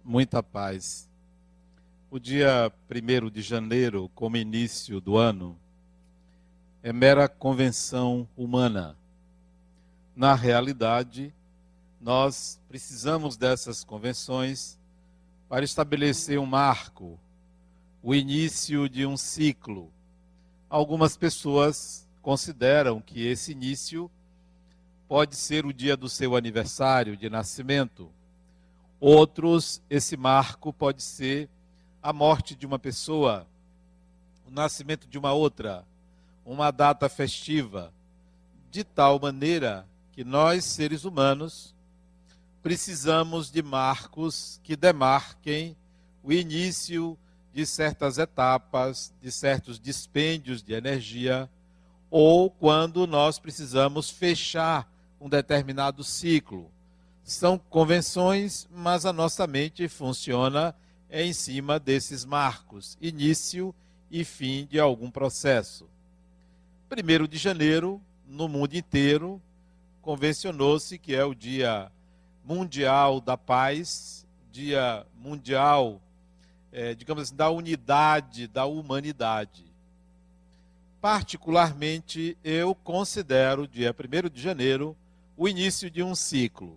Muita paz. O dia 1º de janeiro, como início do ano, é mera convenção humana. Na realidade, nós precisamos dessas convenções para estabelecer um marco, o início de um ciclo. Algumas pessoas consideram que esse início pode ser o dia do seu aniversário de nascimento. Outros, esse marco pode ser a morte de uma pessoa, o nascimento de uma outra, uma data festiva, de tal maneira que nós, seres humanos, precisamos de marcos que demarquem o início de certas etapas, de certos dispêndios de energia, ou quando nós precisamos fechar um determinado ciclo. São convenções, mas a nossa mente funciona em cima desses marcos, início e fim de algum processo. 1º de janeiro, no mundo inteiro, convencionou-se que é o Dia Mundial da Paz, Dia Mundial, digamos assim, da unidade da humanidade. Particularmente, eu considero o dia 1º de janeiro o início de um ciclo.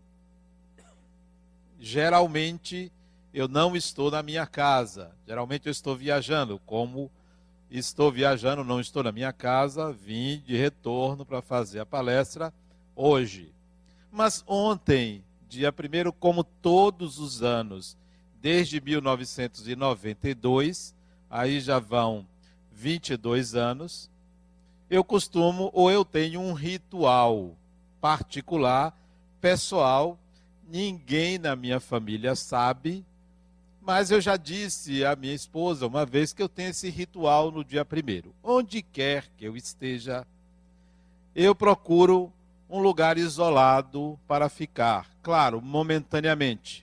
Geralmente, eu não estou na minha casa. Geralmente, eu estou viajando. Como estou viajando, não estou na minha casa, vim de retorno para fazer a palestra hoje. Mas ontem, dia 1º, como todos os anos, desde 1992, aí já vão 22 anos, eu costumo, ou eu tenho um ritual particular, pessoal. Ninguém na minha família sabe, mas eu já disse à minha esposa uma vez que eu tenho esse ritual no dia 1º. Onde quer que eu esteja, eu procuro um lugar isolado para ficar. Claro, momentaneamente.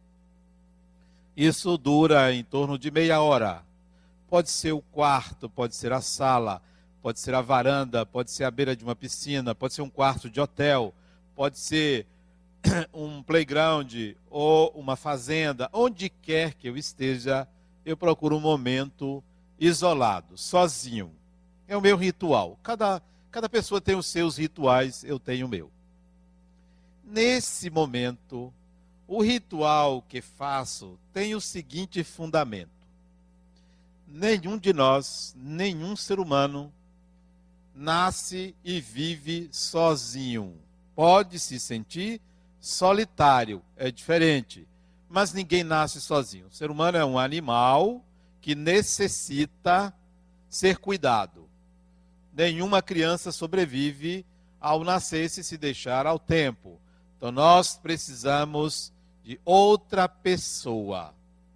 Isso dura em torno de meia hora. Pode ser o quarto, pode ser a sala, pode ser a varanda, pode ser a beira de uma piscina, pode ser um quarto de hotel, pode ser um playground ou uma fazenda. Onde quer que eu esteja, eu procuro um momento isolado, sozinho. É o meu ritual. Cada pessoa tem os seus rituais, eu tenho o meu. Nesse momento, o ritual que faço tem o seguinte fundamento: nenhum de nós, nenhum ser humano, nasce e vive sozinho. Pode se sentir solitário, é diferente, mas ninguém nasce sozinho. O ser humano é um animal que necessita ser cuidado. Nenhuma criança sobrevive ao nascer se se deixar ao tempo. Então nós precisamos de outra pessoa.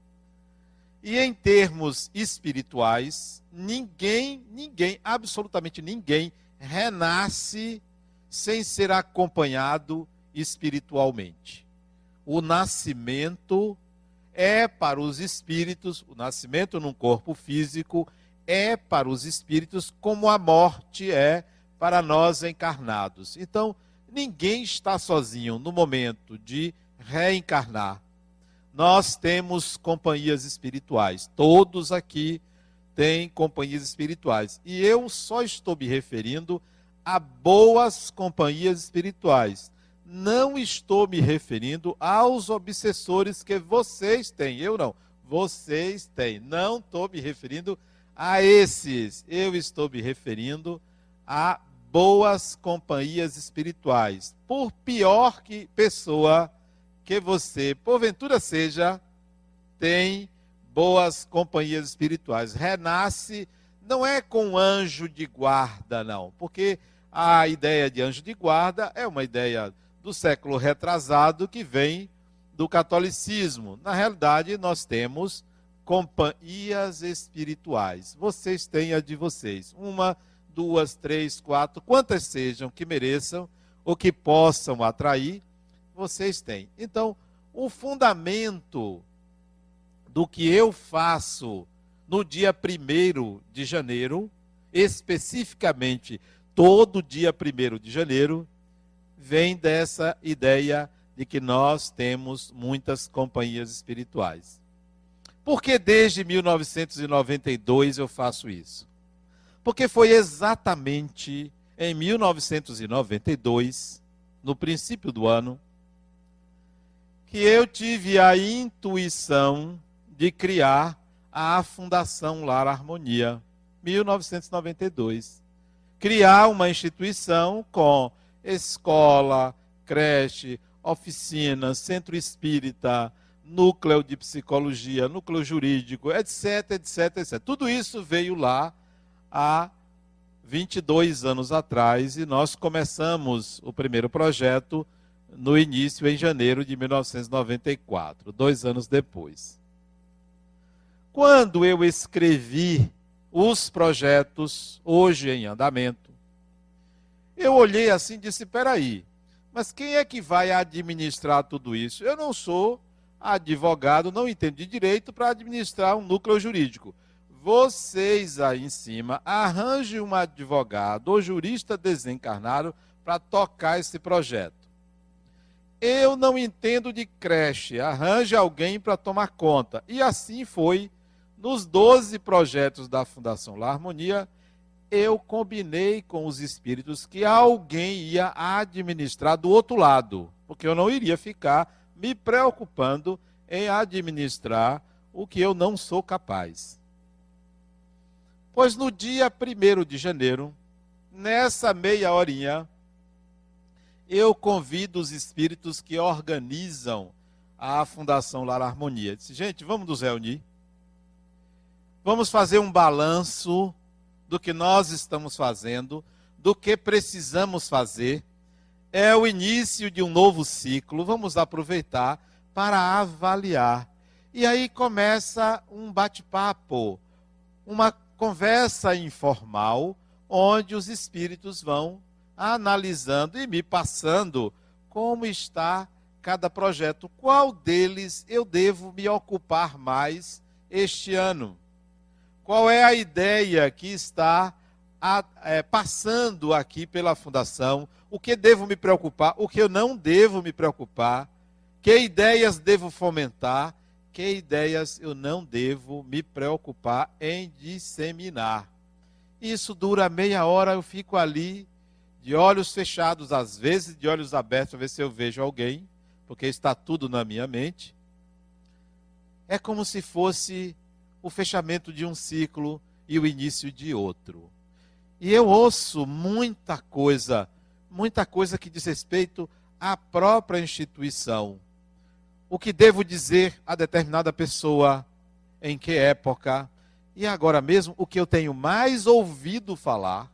E em termos espirituais, ninguém, absolutamente ninguém, renasce sem ser acompanhado espiritualmente. O nascimento é para os espíritos, o nascimento num corpo físico é para os espíritos como a morte é para nós encarnados. Então, ninguém está sozinho no momento de reencarnar. Nós temos companhias espirituais. Todos aqui têm companhias espirituais. E eu só estou me referindo a boas companhias espirituais. Não estou me referindo aos obsessores que vocês têm. Eu não. Vocês têm. Não estou me referindo a esses. Eu estou me referindo a boas companhias espirituais. Por pior que pessoa que você, porventura seja, tem boas companhias espirituais. Renasce não é com anjo de guarda, não. Porque a ideia de anjo de guarda é uma ideia do século retrasado que vem do catolicismo. Na realidade, nós temos companhias espirituais. Vocês têm a de vocês. 1, 2, 3, 4, quantas sejam que mereçam ou que possam atrair, vocês têm. Então, o fundamento do que eu faço no dia 1º de janeiro, especificamente todo dia 1º de janeiro, vem dessa ideia de que nós temos muitas companhias espirituais. Por que desde 1992 eu faço isso? Porque foi exatamente em 1992, no princípio do ano, que eu tive a intuição de criar a Fundação Lar Harmonia, 1992. Criar uma instituição com escola, creche, oficina, centro espírita, núcleo de psicologia, núcleo jurídico, etc, etc, etc. Tudo isso veio lá há 22 anos atrás e nós começamos o primeiro projeto no início, em janeiro de 1994, 2 anos depois. Quando eu escrevi os projetos, hoje em andamento, eu olhei assim e disse, peraí, mas quem é que vai administrar tudo isso? Eu não sou advogado, não entendo de direito para administrar um núcleo jurídico. Vocês aí em cima arranjem um advogado ou jurista desencarnado para tocar esse projeto. Eu não entendo de creche, arranje alguém para tomar conta. E assim foi, nos 12 projetos da Fundação Lar Harmonia, eu combinei com os espíritos que alguém ia administrar do outro lado, porque eu não iria ficar me preocupando em administrar o que eu não sou capaz. Pois no dia 1º de janeiro, nessa meia horinha, eu convido os espíritos que organizam a Fundação Lar Harmonia. Disse, gente, vamos nos reunir. Vamos fazer um balanço do que nós estamos fazendo, do que precisamos fazer. É o início de um novo ciclo. Vamos aproveitar para avaliar. E aí começa um bate-papo, uma conversa informal, onde os espíritos vão analisando e me passando como está cada projeto, qual deles eu devo me ocupar mais este ano. Qual é a ideia que está passando aqui pela Fundação, o que devo me preocupar, o que eu não devo me preocupar, que ideias devo fomentar, que ideias eu não devo me preocupar em disseminar. Isso dura meia hora, eu fico ali, de olhos fechados, às vezes de olhos abertos, para ver se eu vejo alguém, porque está tudo na minha mente. É como se fosse o fechamento de um ciclo e o início de outro. E eu ouço muita coisa que diz respeito à própria instituição. O que devo dizer a determinada pessoa, em que época, e agora mesmo o que eu tenho mais ouvido falar,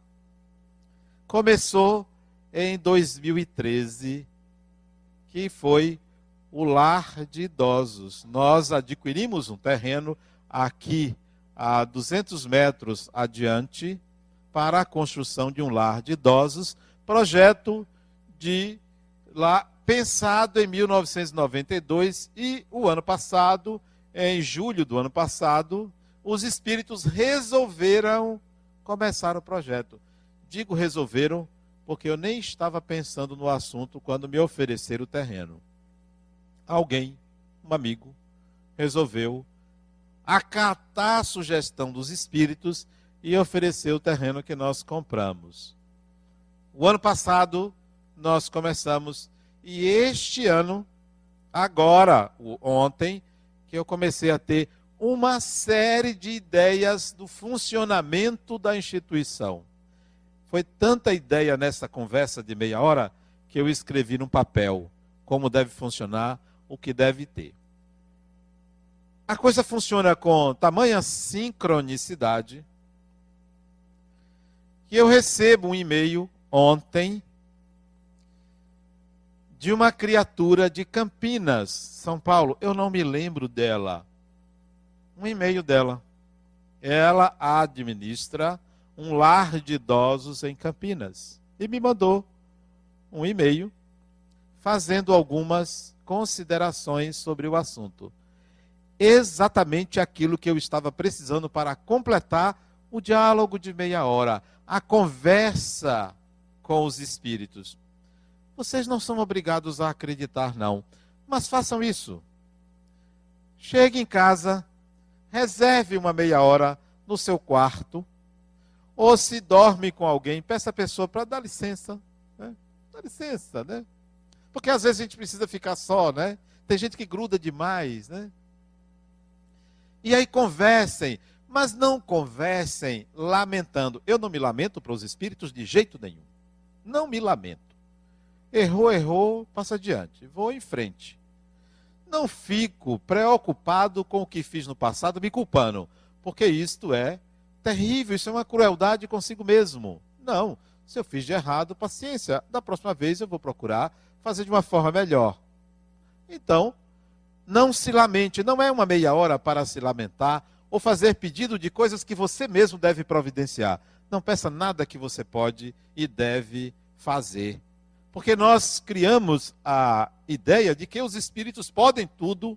começou em 2013, que foi o lar de idosos. Nós adquirimos um terreno aqui a 200 metros adiante para a construção de um lar de idosos, projeto de lá pensado em 1992 e o ano passado, em julho do ano passado, os espíritos resolveram começar o projeto. Digo resolveram porque eu nem estava pensando no assunto quando me ofereceram o terreno. Alguém, um amigo, resolveu acatar a sugestão dos espíritos e oferecer o terreno que nós compramos. O ano passado nós começamos e este ano, agora, ontem, que eu comecei a ter uma série de ideias do funcionamento da instituição. Foi tanta ideia nessa conversa de meia hora que eu escrevi num papel como deve funcionar, o que deve ter. A coisa funciona com tamanha sincronicidade que eu recebo um e-mail ontem de uma criatura de Campinas, São Paulo. Eu não me lembro dela. Um e-mail dela. Ela administra um lar de idosos em Campinas. E me mandou um e-mail fazendo algumas considerações sobre o assunto. Exatamente aquilo que eu estava precisando para completar o diálogo de meia hora, a conversa com os espíritos. Vocês não são obrigados a acreditar, não. Mas façam isso. Chegue em casa, reserve uma meia hora no seu quarto, ou se dorme com alguém, peça a pessoa para dar licença. Né? Dá licença, né? Porque às vezes a gente precisa ficar só, né? Tem gente que gruda demais, né? E aí conversem, mas não conversem lamentando. Eu não me lamento para os espíritos de jeito nenhum. Não me lamento. Errou, errou, passa adiante. Vou em frente. Não fico preocupado com o que fiz no passado, me culpando. Porque isto é terrível, isso é uma crueldade consigo mesmo. Não, se eu fiz de errado, paciência. Da próxima vez eu vou procurar fazer de uma forma melhor. Então, não se lamente, não é uma meia hora para se lamentar ou fazer pedido de coisas que você mesmo deve providenciar. Não peça nada que você pode e deve fazer. Porque nós criamos a ideia de que os espíritos podem tudo,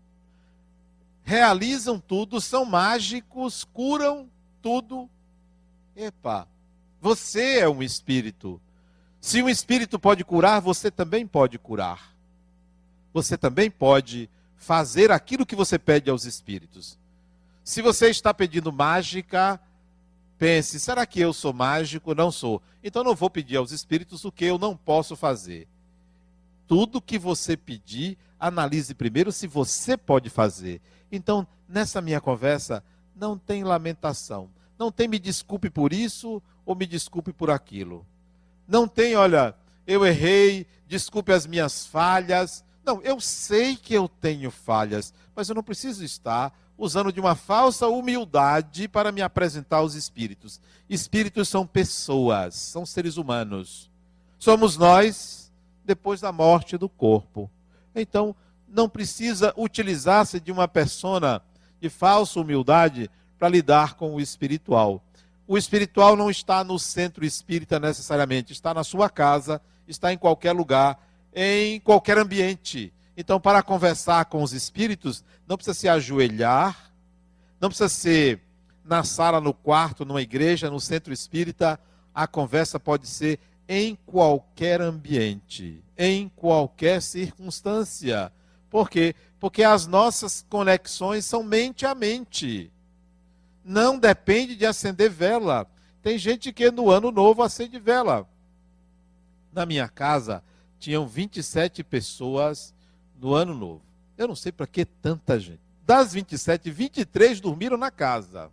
realizam tudo, são mágicos, curam tudo. Epa, você é um espírito. Se um espírito pode curar, você também pode curar. Você também pode fazer aquilo que você pede aos espíritos. Se você está pedindo mágica, pense, será que eu sou mágico? Não sou. Então não vou pedir aos espíritos o que eu não posso fazer. Tudo que você pedir, analise primeiro se você pode fazer. Então, nessa minha conversa, não tem lamentação. Não tem me desculpe por isso ou me desculpe por aquilo. Não tem, olha, eu errei, desculpe as minhas falhas. Não, eu sei que eu tenho falhas, mas eu não preciso estar usando de uma falsa humildade para me apresentar aos espíritos. Espíritos são pessoas, são seres humanos. Somos nós depois da morte do corpo. Então, não precisa utilizar-se de uma persona de falsa humildade para lidar com o espiritual. O espiritual não está no centro espírita necessariamente, está na sua casa, está em qualquer lugar, em qualquer ambiente. Então, para conversar com os espíritos, não precisa se ajoelhar, não precisa ser na sala, no quarto, numa igreja, no centro espírita. A conversa pode ser em qualquer ambiente, em qualquer circunstância. Por quê? Porque as nossas conexões são mente a mente. Não depende de acender vela. Tem gente que no ano novo acende vela. Na minha casa, tinham 27 pessoas no ano novo. Eu não sei para que tanta gente. Das 27, 23 dormiram na casa.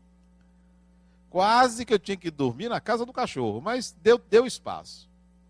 Quase que eu tinha que dormir na casa do cachorro, mas deu espaço.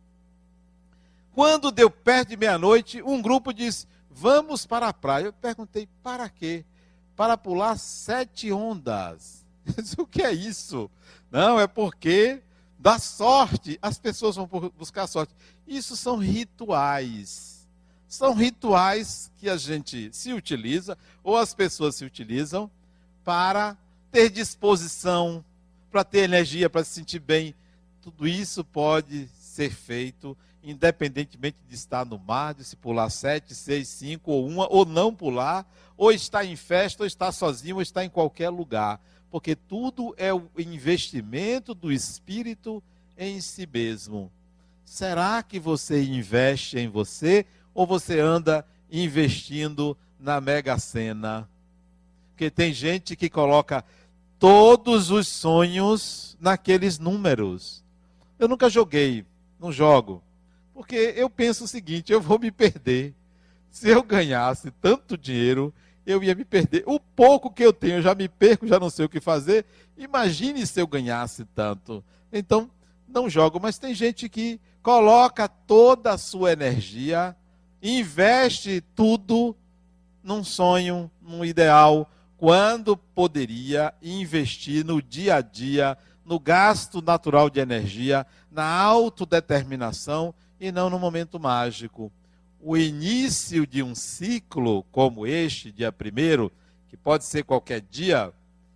Quando deu perto de meia-noite, um grupo disse, vamos para a praia. Eu perguntei, para quê? Para pular 7 ondas. O que é isso? Não, é porque dá sorte. As pessoas vão buscar sorte. Isso são rituais. São rituais que a gente se utiliza, ou as pessoas se utilizam, para ter disposição, para ter energia, para se sentir bem. Tudo isso pode ser feito, independentemente de estar no mar, de se pular 7, 6, 5 ou 1, ou não pular, ou estar em festa, ou estar sozinho, ou estar em qualquer lugar. Porque tudo é o investimento do espírito em si mesmo. Será que você investe em você ou você anda investindo na Mega Sena? Porque tem gente que coloca todos os sonhos naqueles números. Eu nunca joguei, não jogo. Porque eu penso o seguinte, eu vou me perder. Se eu ganhasse tanto dinheiro, eu ia me perder. O pouco que eu tenho, eu já me perco, já não sei o que fazer. Imagine se eu ganhasse tanto. Então, não jogo. Mas tem gente que coloca toda a sua energia, investe tudo num sonho, num ideal, quando poderia investir no dia a dia, no gasto natural de energia, na autodeterminação e não no momento mágico. O início de um ciclo como este, dia 1º, que pode ser qualquer dia,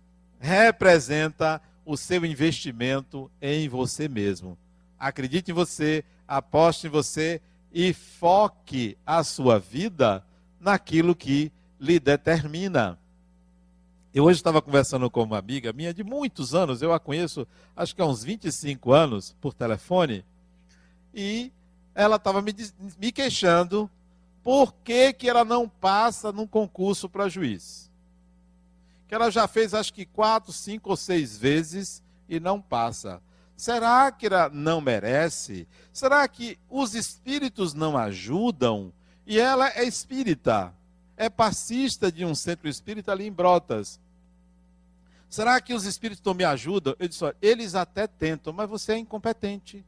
representa o seu investimento em você mesmo. Acredite em você, aposte em você e foque a sua vida naquilo que lhe determina. Eu hoje estava conversando com uma amiga minha de muitos anos, eu a conheço acho que há uns 25 anos por telefone, e ela estava me queixando por que ela não passa num concurso para juiz. Que ela já fez acho que 4, 5 ou 6 vezes e não passa. Será que ela não merece? Será que os espíritos não ajudam? E ela é espírita, é passista de um centro espírita ali em Brotas. Será que os espíritos não me ajudam? Eu disse, olha, eles até tentam, mas você é incompetente.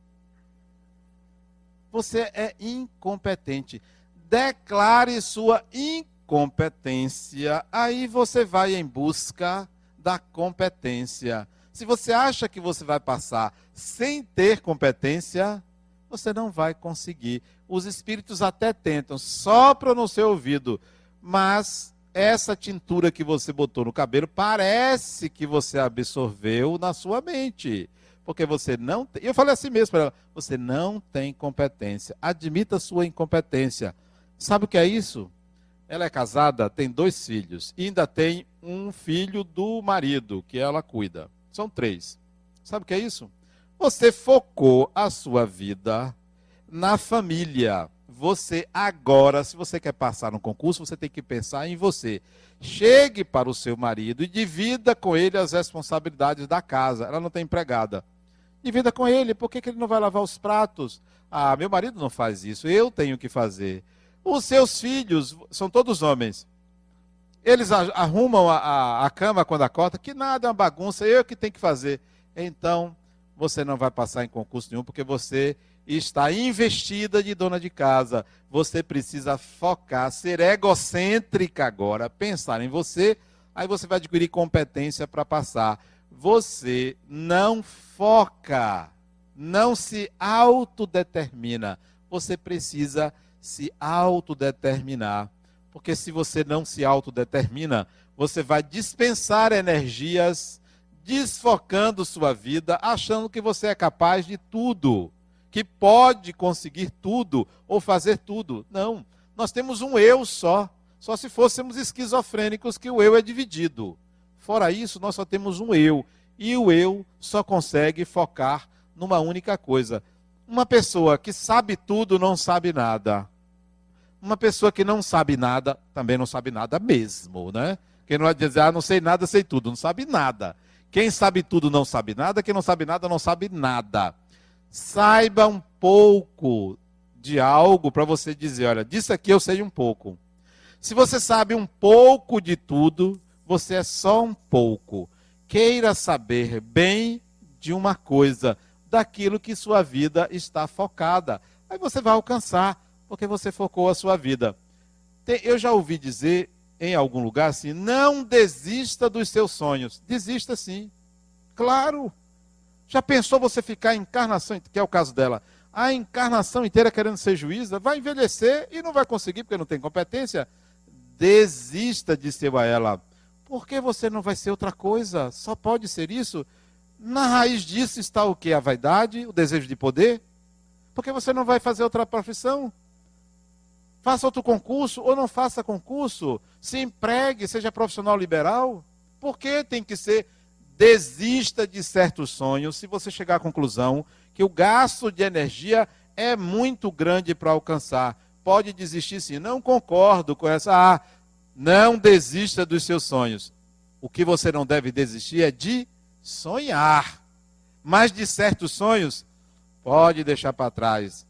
Você é incompetente. Declare sua incompetência, aí você vai em busca da competência. Se você acha que você vai passar sem ter competência, você não vai conseguir. Os espíritos até tentam, sopram no seu ouvido, mas essa tintura que você botou no cabelo parece que você absorveu na sua mente. Porque você não tem. Eu falei assim mesmo para ela: você não tem competência. Admita sua incompetência. Sabe o que é isso? Ela é casada, tem 2 filhos. E ainda tem um filho do marido, que ela cuida. São 3. Sabe o que é isso? Você focou a sua vida na família. Você agora, se você quer passar no concurso, você tem que pensar em você. Chegue para o seu marido e divida com ele as responsabilidades da casa. Ela não tem empregada. Divida com ele. Por que ele não vai lavar os pratos? Ah, meu marido não faz isso. Eu tenho que fazer. Os seus filhos são todos homens. Eles arrumam a cama quando acorda, que nada, é uma bagunça, eu que tenho que fazer. Então, você não vai passar em concurso nenhum, porque você está investida de dona de casa. Você precisa focar, ser egocêntrica agora, pensar em você, aí você vai adquirir competência para passar. Você não foca, não se autodetermina. Você precisa se autodeterminar. Porque se você não se autodetermina, você vai dispensar energias, desfocando sua vida, achando que você é capaz de tudo, que pode conseguir tudo ou fazer tudo. Não, nós temos um eu só se fôssemos esquizofrênicos, que o eu é dividido. Fora isso, nós só temos um eu, e o eu só consegue focar numa única coisa. Uma pessoa que sabe tudo não sabe nada. Uma pessoa que não sabe nada, também não sabe nada mesmo, né? Quem não vai dizer, não sei nada, sei tudo, não sabe nada. Quem sabe tudo não sabe nada, quem não sabe nada não sabe nada. Saiba um pouco de algo para você dizer, olha, disso aqui eu sei um pouco. Se você sabe um pouco de tudo, você é só um pouco. Queira saber bem de uma coisa, daquilo que sua vida está focada. Aí você vai alcançar, porque você focou a sua vida. Eu já ouvi dizer em algum lugar assim, não desista dos seus sonhos. Desista sim. Claro. Já pensou você ficar a encarnação, que é o caso dela, a encarnação inteira querendo ser juíza? Vai envelhecer e não vai conseguir porque não tem competência? Desista, disse eu a ela. Por que você não vai ser outra coisa? Só pode ser isso? Na raiz disso está o quê? A vaidade, o desejo de poder? Por que você não vai fazer outra profissão? Faça outro concurso ou não faça concurso. Se empregue, seja profissional liberal. Por que tem que ser? Desista de certos sonhos se você chegar à conclusão que o gasto de energia é muito grande para alcançar. Pode desistir sim. Não concordo com essa. Não desista dos seus sonhos. O que você não deve desistir é de sonhar. Mas de certos sonhos, pode deixar para trás.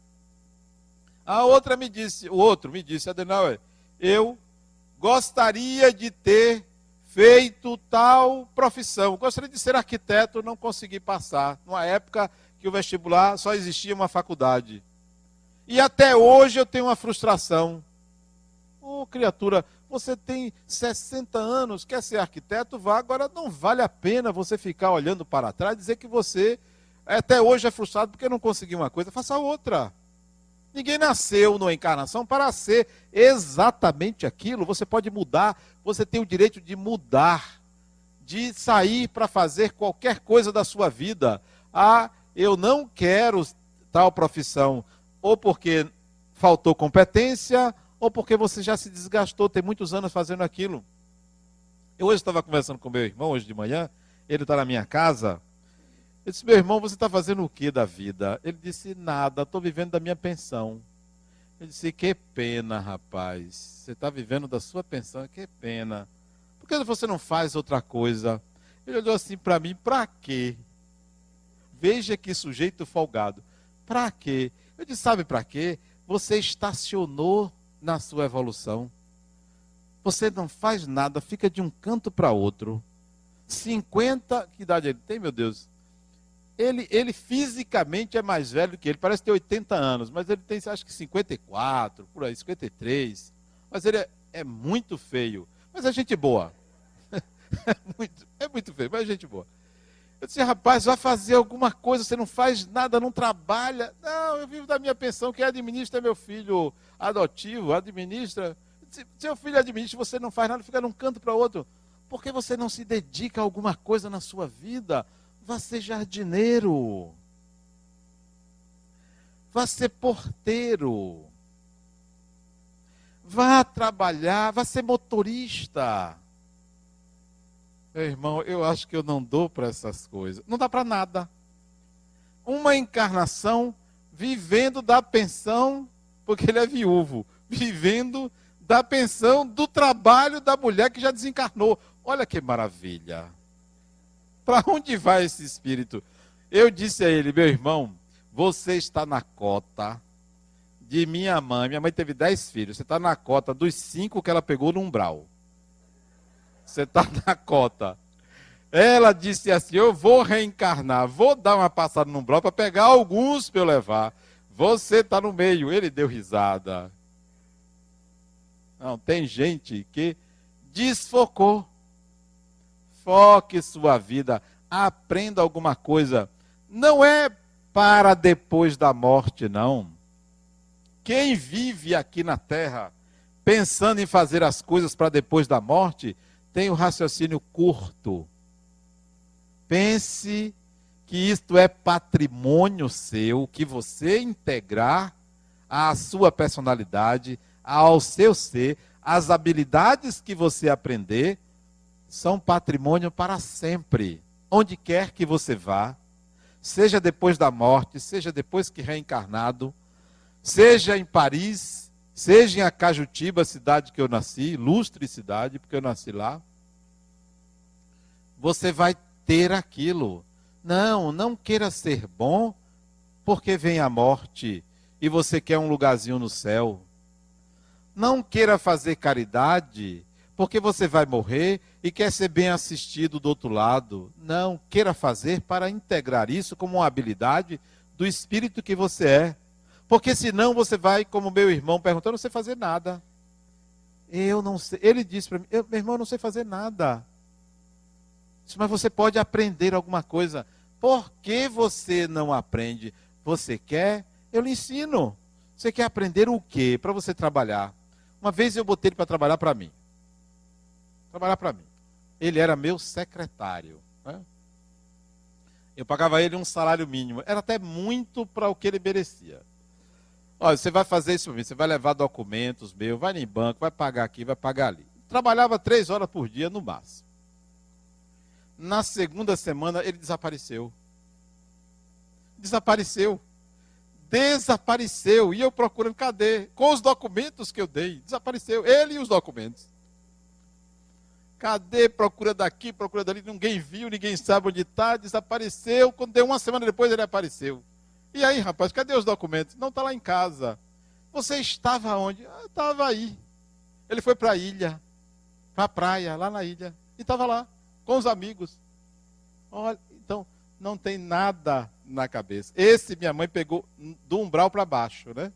O outro me disse, Adenauer, eu gostaria de ter feito tal profissão. Gostaria de ser arquiteto, não consegui passar. Numa época que o vestibular só existia uma faculdade. E até hoje eu tenho uma frustração. Criatura, você tem 60 anos, quer ser arquiteto? Vá. Agora não vale a pena você ficar olhando para trás e dizer que você até hoje é frustrado porque não conseguiu uma coisa. Faça outra. Ninguém nasceu numa encarnação para ser exatamente aquilo. Você pode mudar, você tem o direito de mudar, de sair para fazer qualquer coisa da sua vida. Eu não quero tal profissão, ou porque faltou competência, ou porque você já se desgastou, tem muitos anos fazendo aquilo. Eu hoje estava conversando com meu irmão, hoje de manhã, ele está na minha casa, Eu disse, meu irmão, você está fazendo o que da vida? Ele disse, nada, estou vivendo da minha pensão. Eu disse, que pena, rapaz. Você está vivendo da sua pensão, que pena. Por que você não faz outra coisa? Ele olhou assim para mim, para quê? Veja que sujeito folgado. Para quê? Eu disse, sabe para quê? Você estacionou na sua evolução. Você não faz nada, fica de um canto para outro. 50, que idade ele tem, meu Deus? Ele fisicamente é mais velho que ele, parece ter 80 anos, mas ele tem, acho que 54, por aí, 53. Mas ele é muito feio. Mas é gente boa. É muito feio, mas é gente boa. Eu disse, rapaz, vai fazer alguma coisa, você não faz nada, não trabalha. Não, eu vivo da minha pensão, quem administra é meu filho adotivo, administra. Seu filho administra, você não faz nada, fica de um canto para outro. Por que você não se dedica a alguma coisa na sua vida? Vá ser jardineiro. Vá ser porteiro. Vá trabalhar, vá ser motorista. Meu irmão, eu acho que eu não dou para essas coisas. Não dá para nada. Uma encarnação vivendo da pensão, porque ele é viúvo, vivendo da pensão do trabalho da mulher que já desencarnou. Olha que maravilha. Para onde vai esse espírito? Eu disse a ele, meu irmão, você está na cota de minha mãe. Minha mãe teve 10 filhos. Você está na cota dos 5 que ela pegou no umbral. Você está na cota. Ela disse assim, eu vou reencarnar, vou dar uma passada no umbral para pegar alguns para eu levar. Você está no meio. Ele deu risada. Não, tem gente que desfocou. Foque sua vida, aprenda alguma coisa. Não é para depois da morte, não. Quem vive aqui na Terra pensando em fazer as coisas para depois da morte, tem o raciocínio curto. Pense que isto é patrimônio seu, que você integrar à sua personalidade, ao seu ser, as habilidades que você aprender, são patrimônio para sempre. Onde quer que você vá, seja depois da morte, seja depois que reencarnado, seja em Paris, seja em Acajutiba, cidade que eu nasci, ilustre cidade, porque eu nasci lá, você vai ter aquilo. Não, não queira ser bom, porque vem a morte e você quer um lugarzinho no céu. Não queira fazer caridade, porque você vai morrer e quer ser bem assistido do outro lado. Não, queira fazer para integrar isso como uma habilidade do espírito que você é. Porque senão você vai, como meu irmão perguntou, eu não sei fazer nada. Eu não sei. Ele disse para mim, meu irmão, eu não sei fazer nada. Disse, mas você pode aprender alguma coisa. Por que você não aprende? Você quer? Eu lhe ensino. Você quer aprender o quê? Para você trabalhar. Uma vez eu botei ele para trabalhar para mim. Trabalhar para mim. Ele era meu secretário. Né? Eu pagava ele um salário mínimo. Era até muito para o que ele merecia. Olha, você vai fazer isso para mim. Você vai levar documentos meus, vai em banco, vai pagar aqui, vai pagar ali. Trabalhava 3 horas por dia no máximo. Na segunda semana ele desapareceu. Desapareceu. Desapareceu. E eu procurando, cadê? Com os documentos que eu dei. Desapareceu. Ele e os documentos. Cadê? Procura daqui, procura dali. Ninguém viu, ninguém sabe onde está. Desapareceu. Quando deu uma semana depois, ele apareceu. E aí, rapaz, cadê os documentos? Não, está lá em casa. Você estava onde? Ah, estava aí. Ele foi para a ilha. Para a praia, lá na ilha. E estava lá, com os amigos. Olha, então, não tem nada na cabeça. Esse minha mãe pegou do umbral para baixo, né?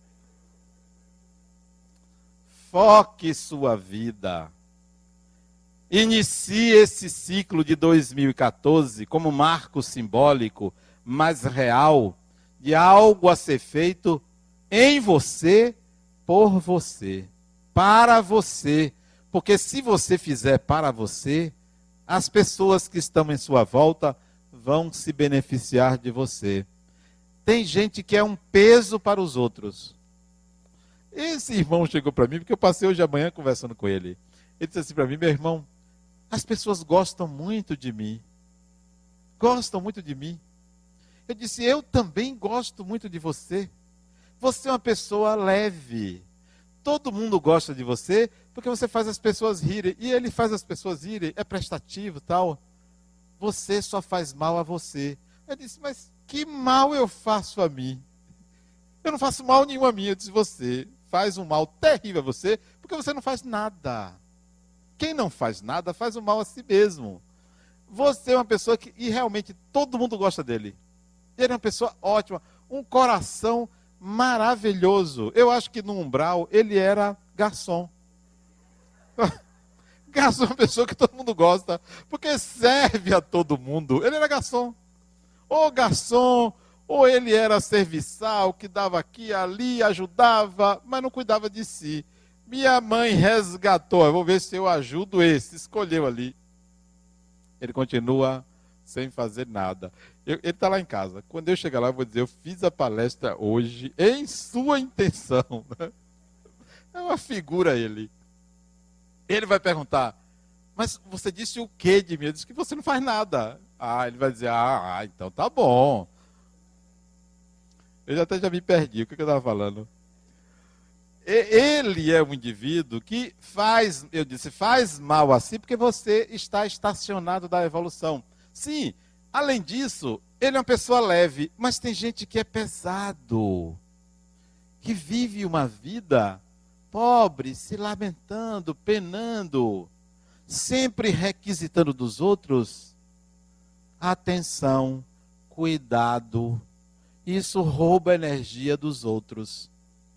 Foque sua vida. Inicie esse ciclo de 2014 como marco simbólico, mas real, de algo a ser feito em você, por você, para você. Porque se você fizer para você, as pessoas que estão em sua volta vão se beneficiar de você. Tem gente que é um peso para os outros. Esse irmão chegou para mim, porque eu passei hoje de manhã conversando com ele. Ele disse assim para mim, meu irmão, as pessoas gostam muito de mim. Gostam muito de mim. Eu disse, eu também gosto muito de você. Você é uma pessoa leve. Todo mundo gosta de você porque você faz as pessoas rirem. E ele faz as pessoas rirem, é prestativo e tal. Você só faz mal a você. Eu disse, mas que mal eu faço a mim? Eu não faço mal nenhum a mim. Eu disse, você faz um mal terrível a você porque você não faz nada. Quem não faz nada faz o mal a si mesmo. Você é uma pessoa que, e realmente todo mundo gosta dele. Ele é uma pessoa ótima, um coração maravilhoso. Eu acho que no umbral ele era garçom. Garçom é uma pessoa que todo mundo gosta, porque serve a todo mundo. Ele era garçom. Ou garçom, ou ele era serviçal, que dava aqui, ali, ajudava, mas não cuidava de si. Minha mãe resgatou, eu vou ver se eu ajudo esse, escolheu ali. Ele continua sem fazer nada. Ele está lá em casa. Quando eu chegar lá, eu vou dizer, eu fiz a palestra hoje em sua intenção. É uma figura ele. Ele vai perguntar, mas você disse o que de mim? Eu disse que você não faz nada. Ele vai dizer, então tá bom. Eu até já me perdi, o que eu estava falando? Ele é um indivíduo que faz, eu disse, faz mal a si porque você está estacionado da evolução. Sim, além disso, ele é uma pessoa leve, mas tem gente que é pesado, que vive uma vida pobre, se lamentando, penando, sempre requisitando dos outros atenção, cuidado. Isso rouba a energia dos outros.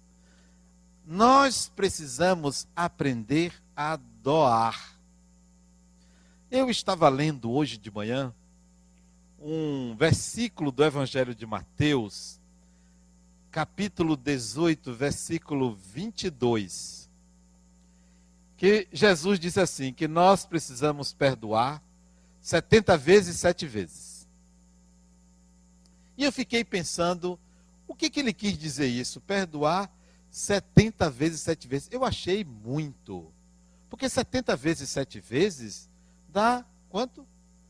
Nós precisamos aprender a doar. Eu estava lendo hoje de manhã um versículo do Evangelho de Mateus, capítulo 18, versículo 22, que Jesus disse assim, que nós precisamos perdoar 70 vezes, 7 vezes. E eu fiquei pensando, o que ele quis dizer isso? Perdoar 70 vezes, 7 vezes. Eu achei muito. Porque 70 vezes 7 vezes dá quanto?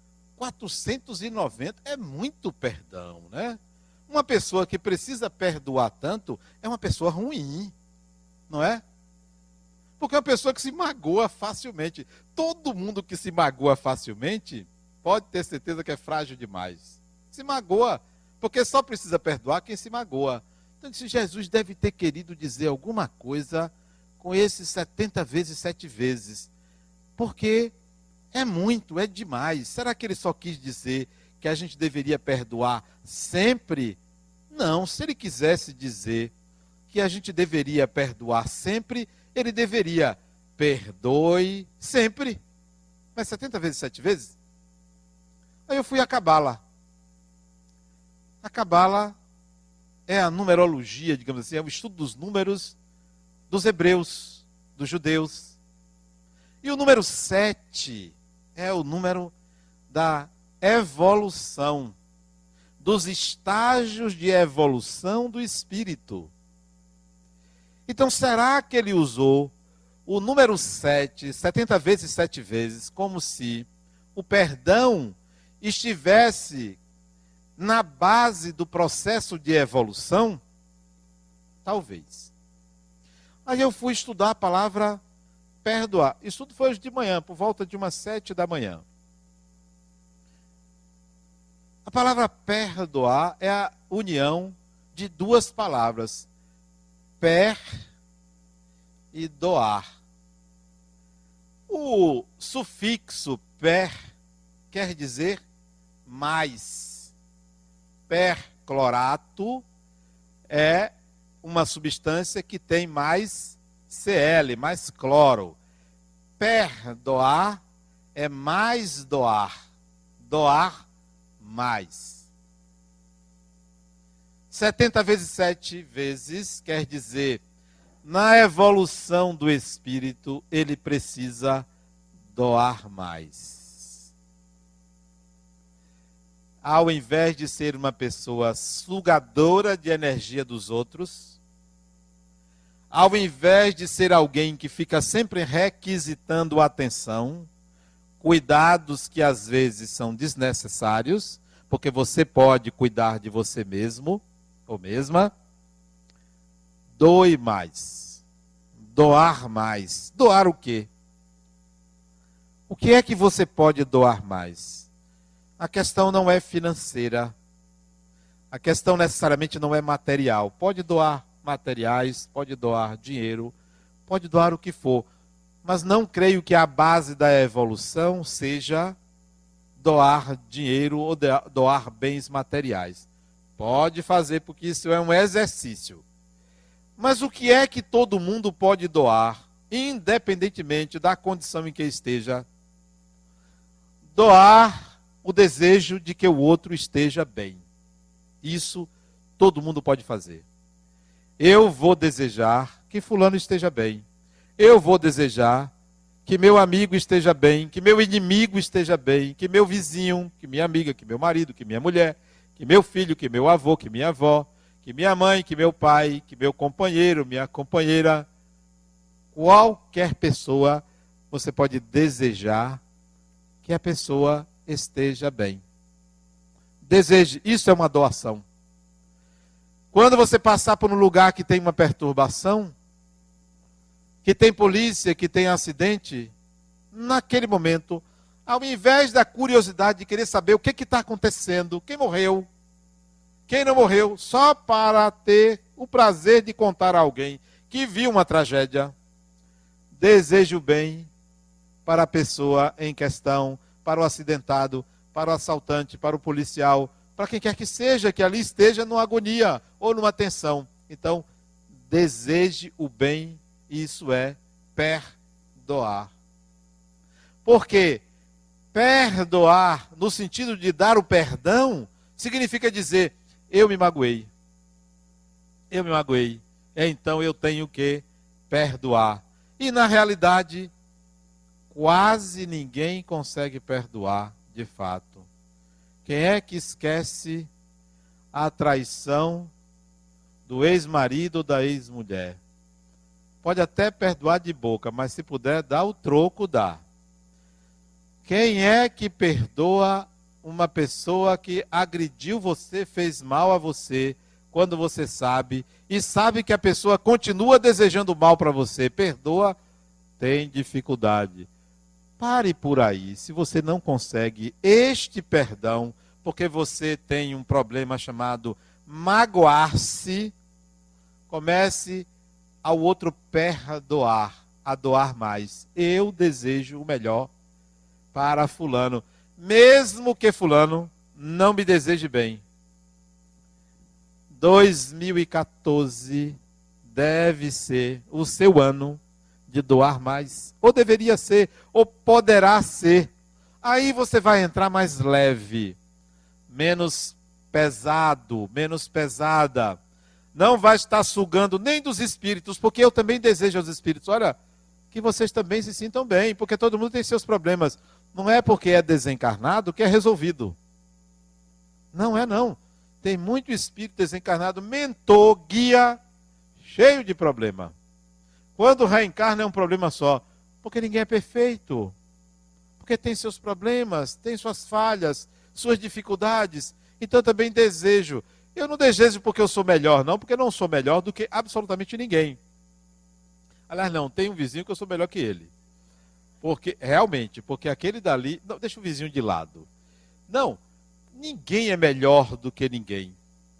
490. É muito perdão, né? Uma pessoa que precisa perdoar tanto é uma pessoa ruim, não é? Porque é uma pessoa que se magoa facilmente. Todo mundo que se magoa facilmente pode ter certeza que é frágil demais. Se magoa, porque só precisa perdoar quem se magoa. Então, se Jesus deve ter querido dizer alguma coisa com esses 70 vezes, 7 vezes. Porque é muito, é demais. Será que ele só quis dizer que a gente deveria perdoar sempre? Não, se ele quisesse dizer que a gente deveria perdoar sempre, ele deveria perdoe sempre. Mas 70 vezes, 7 vezes? Aí eu fui a Cabala. A Cabala é a numerologia, digamos assim, é o estudo dos números dos hebreus, dos judeus. E o número 7 é o número da evolução, dos estágios de evolução do espírito. Então, será que ele usou o número 7, 70 vezes, 7 vezes, como se o perdão estivesse na base do processo de evolução? Talvez. Aí eu fui estudar a palavra perdoar. Isso tudo foi hoje de manhã, por volta de umas 7 da manhã. A palavra perdoar é a união de duas palavras, per e doar. O sufixo per quer dizer mais. Perclorato é uma substância que tem mais Cl, mais cloro. Perdoar é mais doar. Doar mais. 70 vezes 7 vezes quer dizer, na evolução do espírito, ele precisa doar mais. Ao invés de ser uma pessoa sugadora de energia dos outros, ao invés de ser alguém que fica sempre requisitando atenção, cuidados que às vezes são desnecessários, porque você pode cuidar de você mesmo ou mesma, doe mais. Doar mais. Doar o quê? O que é que você pode doar mais? A questão não é financeira. A questão necessariamente não é material. Pode doar materiais, pode doar dinheiro, pode doar o que for. Mas não creio que a base da evolução seja doar dinheiro ou doar bens materiais. Pode fazer, porque isso é um exercício. Mas o que é que todo mundo pode doar, independentemente da condição em que esteja? Doar o desejo de que o outro esteja bem. Isso todo mundo pode fazer. Eu vou desejar que fulano esteja bem. Eu vou desejar que meu amigo esteja bem, que meu inimigo esteja bem, que meu vizinho, que minha amiga, que meu marido, que minha mulher, que meu filho, que meu avô, que minha avó, que minha mãe, que meu pai, que meu companheiro, minha companheira, qualquer pessoa, você pode desejar que a pessoa esteja bem. Deseje, isso é uma doação. Quando você passar por um lugar que tem uma perturbação, que tem polícia, que tem acidente, naquele momento, ao invés da curiosidade de querer saber o que está acontecendo, quem morreu, quem não morreu, só para ter o prazer de contar a alguém que viu uma tragédia, deseje o bem para a pessoa em questão, para o acidentado, para o assaltante, para o policial, para quem quer que seja, que ali esteja numa agonia ou numa tensão. Então, deseje o bem, isso é perdoar. Porque perdoar, no sentido de dar o perdão, significa dizer, eu me magoei. Eu me magoei. Então eu tenho que perdoar. E na realidade, quase ninguém consegue perdoar de fato. Quem é que esquece a traição do ex-marido ou da ex-mulher? Pode até perdoar de boca, mas se puder dar o troco, dá. Quem é que perdoa uma pessoa que agrediu você, fez mal a você, quando você sabe, e sabe que a pessoa continua desejando mal para você? Perdoa, tem dificuldade. Pare por aí. Se você não consegue este perdão, porque você tem um problema chamado magoar-se, comece ao outro perdoar, a doar mais. Eu desejo o melhor para fulano, mesmo que fulano não me deseje bem. 2014 deve ser o seu ano de doar mais, ou deveria ser, ou poderá ser. Aí você vai entrar mais leve, menos pesado, menos pesada. Não vai estar sugando nem dos espíritos, porque eu também desejo aos espíritos, olha, que vocês também se sintam bem, porque todo mundo tem seus problemas. Não é porque é desencarnado que é resolvido. Não é não. Tem muito espírito desencarnado, mentor, guia, cheio de problema. Quando reencarna é um problema só, porque ninguém é perfeito. Porque tem seus problemas, tem suas falhas, suas dificuldades. Então também desejo. Eu não desejo porque eu sou melhor, não, porque eu não sou melhor do que absolutamente ninguém. Aliás, não, tem um vizinho que eu sou melhor que ele. Porque, realmente, porque aquele dali... Não, deixa o vizinho de lado. Não, ninguém é melhor do que ninguém.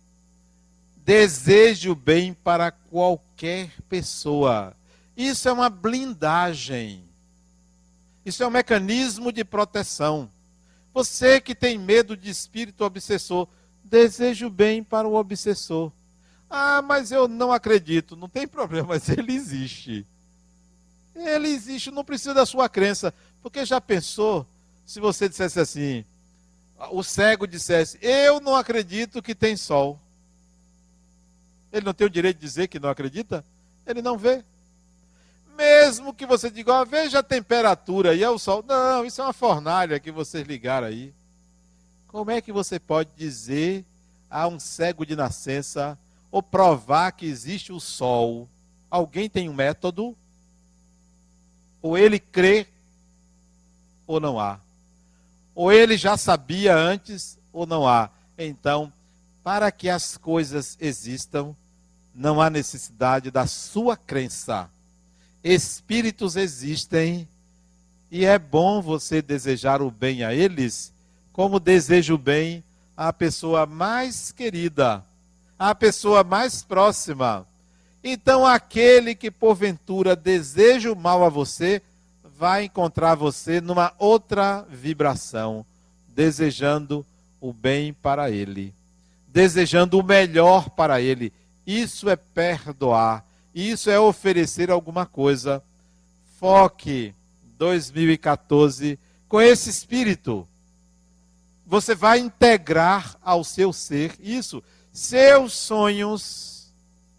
Deseje o bem para qualquer pessoa. Isso é uma blindagem. Isso é um mecanismo de proteção. Você que tem medo de espírito obsessor, deseje o bem para o obsessor. Ah, mas eu não acredito. Não tem problema, mas ele existe. Ele existe, não precisa da sua crença. Porque já pensou, se você dissesse assim, o cego dissesse, eu não acredito que tem sol. Ele não tem o direito de dizer que não acredita? Ele não vê. Mesmo que você diga, ó, veja a temperatura e é o sol. Não, isso é uma fornalha que vocês ligaram aí. Como é que você pode dizer a um cego de nascença ou provar que existe o sol? Alguém tem um método? Ou ele crê ou não há? Ou ele já sabia antes ou não há? Então, para que as coisas existam, não há necessidade da sua crença. Espíritos existem e é bom você desejar o bem a eles, como deseja o bem à pessoa mais querida, à pessoa mais próxima. Então, aquele que porventura deseja o mal a você, vai encontrar você numa outra vibração, desejando o bem para ele, desejando o melhor para ele. Isso é perdoar, isso é oferecer alguma coisa. Foque 2014 com esse espírito. Você vai integrar ao seu ser isso. Seus sonhos,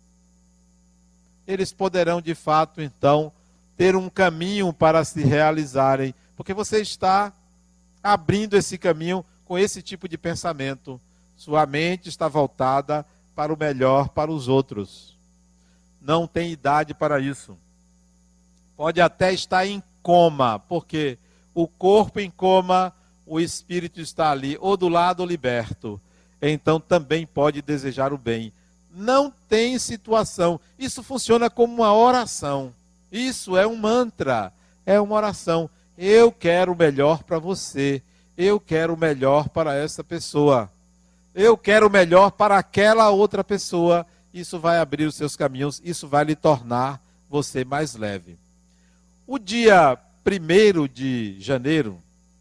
eles poderão de fato então ter um caminho para se realizarem, porque você está abrindo esse caminho com esse tipo de pensamento. Sua mente está voltada para o melhor para os outros. Não tem idade para isso. Pode até estar em coma, porque o corpo em coma, o espírito está ali, ou do lado liberto. Então também pode desejar o bem. Não tem situação. Isso funciona como uma oração. Isso é um mantra, é uma oração. Eu quero o melhor para você. Eu quero o melhor para essa pessoa. Eu quero o melhor para aquela outra pessoa. Isso vai abrir os seus caminhos, isso vai lhe tornar você mais leve. O dia 1º de janeiro,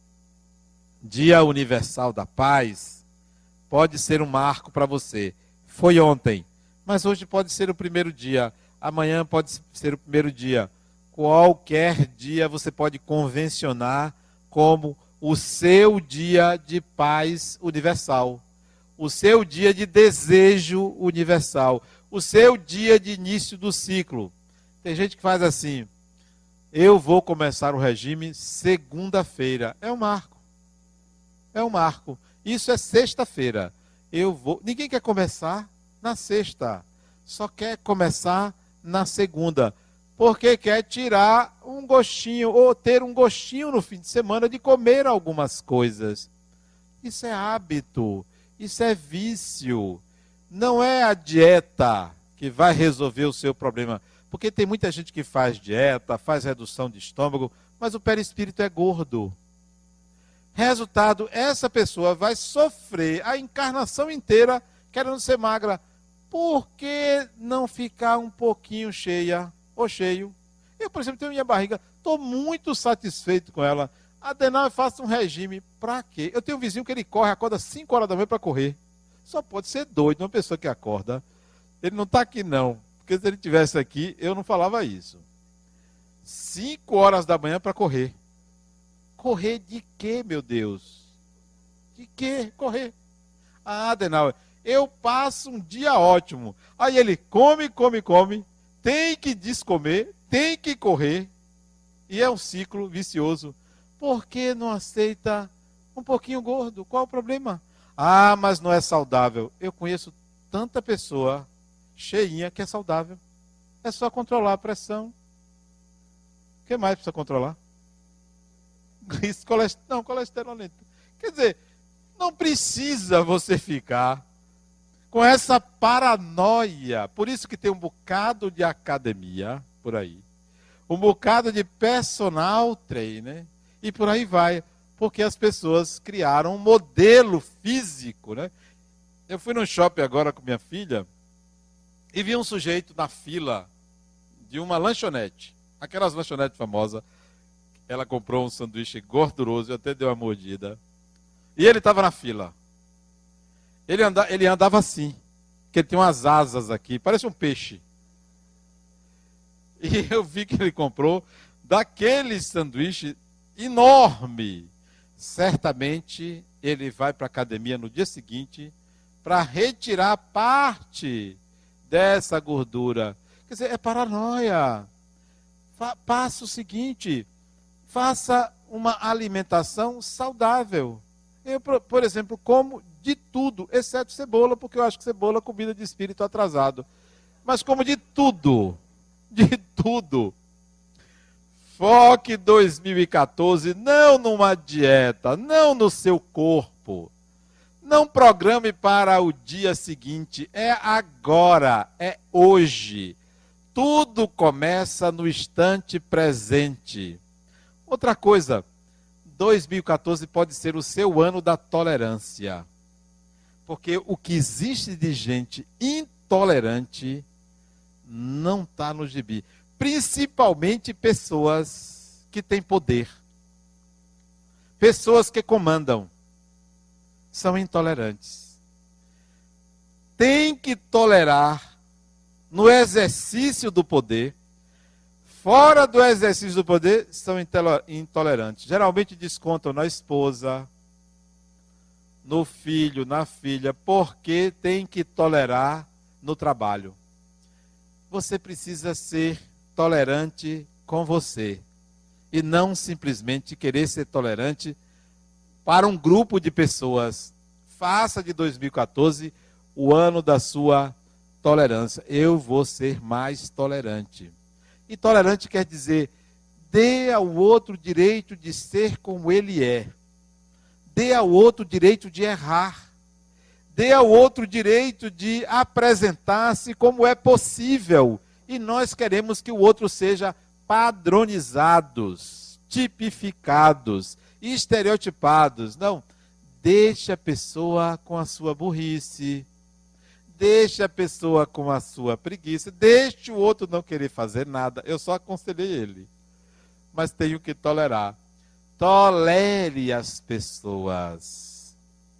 Dia Universal da Paz, pode ser um marco para você. Foi ontem, mas hoje pode ser o primeiro dia. Amanhã pode ser o primeiro dia. Qualquer dia você pode convencionar como o seu dia de paz universal. O seu dia de desejo universal. O seu dia de início do ciclo. Tem gente que faz assim: eu vou começar o regime segunda-feira. É um marco. É um marco. Isso é sexta-feira. Ninguém quer começar na sexta. Só quer começar na segunda. Porque quer tirar um gostinho, ou ter um gostinho no fim de semana de comer algumas coisas. Isso é hábito. Isso é vício. Não é a dieta que vai resolver o seu problema. Porque tem muita gente que faz dieta, faz redução de estômago, mas o perispírito é gordo. Resultado, essa pessoa vai sofrer a encarnação inteira querendo ser magra. Por que não ficar um pouquinho cheia ou cheio? Eu, por exemplo, tenho minha barriga, estou muito satisfeito com ela. Adenal, eu faço um regime. Para quê? Eu tenho um vizinho que ele acorda 5 horas da manhã para correr. Só pode ser doido uma pessoa que acorda. Ele não está aqui não, porque se ele estivesse aqui, eu não falava isso. 5 horas da manhã para correr. Correr de quê, meu Deus? De quê? Correr. Ah, Adenal, eu passo um dia ótimo. Aí ele come, tem que descomer, tem que correr. E é um ciclo vicioso. Por que não aceita um pouquinho gordo? Qual o problema? Ah, mas não é saudável. Eu conheço tanta pessoa cheinha que é saudável. É só controlar a pressão. O que mais precisa controlar? Isso, colesterol lento. Quer dizer, não precisa você ficar com essa paranoia. Por isso que tem um bocado de academia por aí. Um bocado de personal trainer. E por aí vai. Porque as pessoas criaram um modelo físico, né? Eu fui no shopping agora com minha filha e vi um sujeito na fila de uma lanchonete. Aquelas lanchonetes famosas. Ela comprou um sanduíche gorduroso, eu até dei uma mordida. E ele estava na fila. Ele andava assim, que ele tem umas asas aqui, parece um peixe. E eu vi que ele comprou daquele sanduíche enorme. Certamente ele vai para a academia no dia seguinte para retirar parte dessa gordura. Quer dizer, é paranoia. Faça o seguinte, faça uma alimentação saudável. Eu, por exemplo, como de tudo, exceto cebola, porque eu acho que cebola é comida de espírito atrasado. Mas como de tudo. De tudo. Foque 2014 não numa dieta, não no seu corpo, Não programe para o dia seguinte, é agora, é hoje. Tudo começa no instante presente. Outra coisa, 2014 pode ser o seu ano da tolerância. Porque o que existe de gente intolerante não está no gibi. Principalmente pessoas que têm poder. Pessoas que comandam. São intolerantes. Tem que tolerar no exercício do poder. Fora do exercício do poder, são intolerantes. Geralmente descontam na esposa, no filho, na filha, porque tem que tolerar no trabalho. Você precisa ser tolerante com você e não simplesmente querer ser tolerante para um grupo de pessoas. Faça de 2014 o ano da sua tolerância. Eu vou ser mais tolerante. E tolerante quer dizer, dê ao outro o direito de ser como ele é. Dê ao outro o direito de errar. Dê ao outro o direito de apresentar-se como é possível. E nós queremos que o outro seja padronizados, tipificados, estereotipados. Não, deixe a pessoa com a sua burrice. Deixe a pessoa com a sua preguiça. Deixe o outro não querer fazer nada. Eu só aconselhei ele. Mas tenho que tolerar. Tolere as pessoas.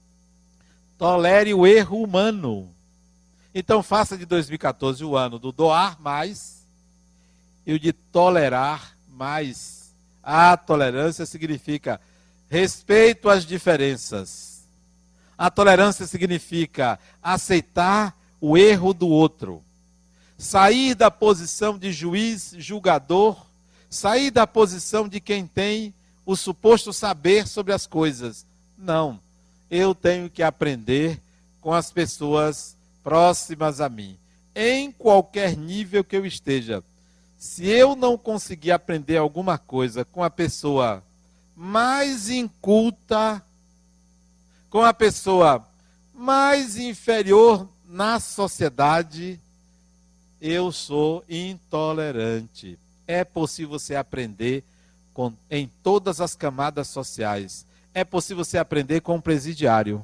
Tolere o erro humano. Então faça de 2014 o ano do doar mais e o de tolerar mais. A tolerância significa respeito às diferenças. A tolerância significa aceitar o erro do outro. Sair da posição de juiz, julgador. Sair da posição de quem tem o suposto saber sobre as coisas. Não. Eu tenho que aprender com as pessoas próximas a mim. Em qualquer nível que eu esteja. Se eu não conseguir aprender alguma coisa com a pessoa mais inculta, com a pessoa mais inferior na sociedade, eu sou intolerante. É possível você aprender em todas as camadas sociais. É possível você aprender com um presidiário.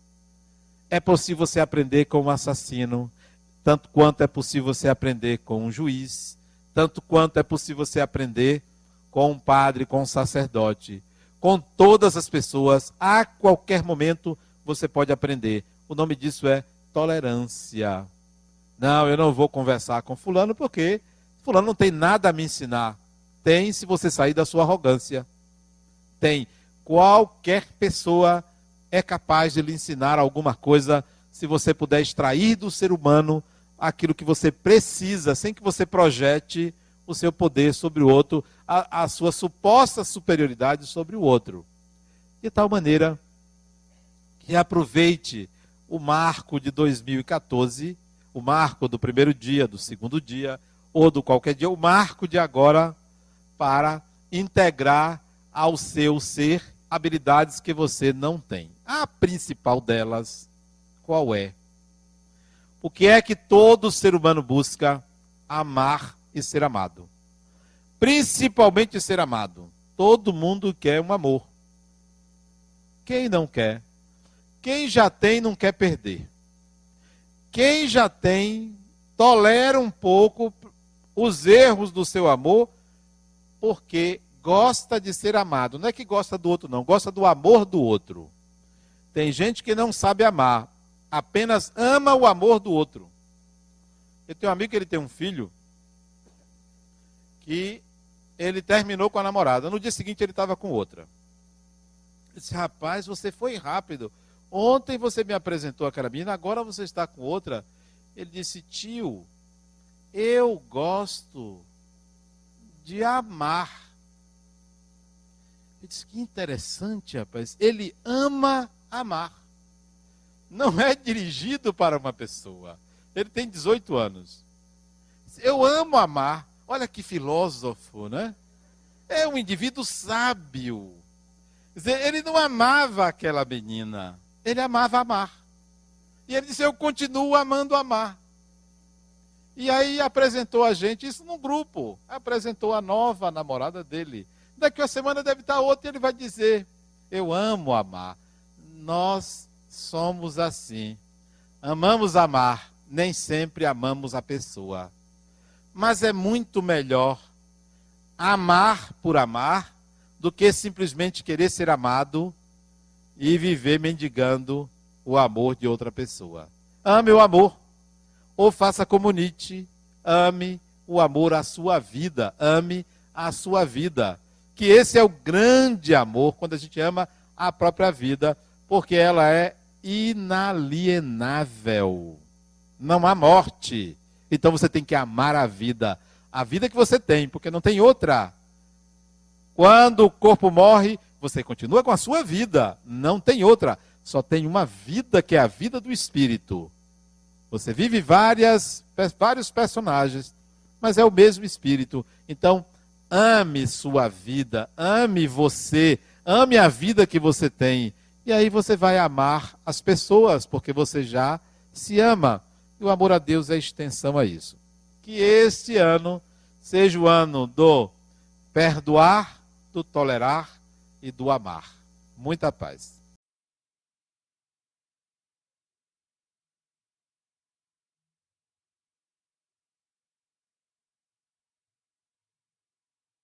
É possível você aprender com um assassino. Tanto quanto é possível você aprender com um juiz. Tanto quanto é possível você aprender com um padre, com um sacerdote. Com todas as pessoas, a qualquer momento, você pode aprender. O nome disso é tolerância. Não, eu não vou conversar com fulano, porque fulano não tem nada a me ensinar. Tem se você sair da sua arrogância. Tem. Qualquer pessoa é capaz de lhe ensinar alguma coisa, se você puder extrair do ser humano aquilo que você precisa, sem que você projete o seu poder sobre o outro, a sua suposta superioridade sobre o outro. De tal maneira que aproveite o marco de 2014, o marco do primeiro dia, do segundo dia, ou do qualquer dia, o marco de agora, para integrar ao seu ser habilidades que você não tem. A principal delas, qual é? O que é que todo ser humano busca? Amar e ser amado. Principalmente ser amado. Todo mundo quer um amor. Quem não quer? Quem já tem não quer perder. Quem já tem, tolera um pouco os erros do seu amor, porque gosta de ser amado. Não é que gosta do outro, não. Gosta do amor do outro. Tem gente que não sabe amar. Apenas ama o amor do outro. Eu tenho um amigo que ele tem um filho que ele terminou com a namorada. No dia seguinte ele estava com outra. Eu disse, rapaz, você foi rápido. Ontem você me apresentou aquela menina, agora você está com outra. Ele disse, tio, eu gosto de amar. Eu disse, que interessante, rapaz. Ele ama amar. Não é dirigido para uma pessoa. Ele tem 18 anos. Eu amo amar. Olha que filósofo, né? É um indivíduo sábio. Quer dizer, ele não amava aquela menina. Ele amava amar. E ele disse, eu continuo amando amar. E aí apresentou a gente, isso num grupo, apresentou a nova namorada dele. Daqui a semana deve estar outra e ele vai dizer, eu amo amar. Nós somos assim. Amamos amar, nem sempre amamos a pessoa. Mas é muito melhor amar por amar do que simplesmente querer ser amado e viver mendigando o amor de outra pessoa. Ame o amor. Ou faça como Nietzsche, ame o amor à sua vida, ame a sua vida. Que esse é o grande amor, quando a gente ama a própria vida, porque ela é inalienável. Não há morte. Então você tem que amar a vida que você tem, porque não tem outra. Quando o corpo morre, você continua com a sua vida, não tem outra. Só tem uma vida que é a vida do espírito. Você vive vários personagens, mas é o mesmo espírito. Então, ame sua vida, ame você, ame a vida que você tem. E aí você vai amar as pessoas, porque você já se ama. E o amor a Deus é extensão a isso. Que este ano seja o ano do perdoar, do tolerar e do amar. Muita paz.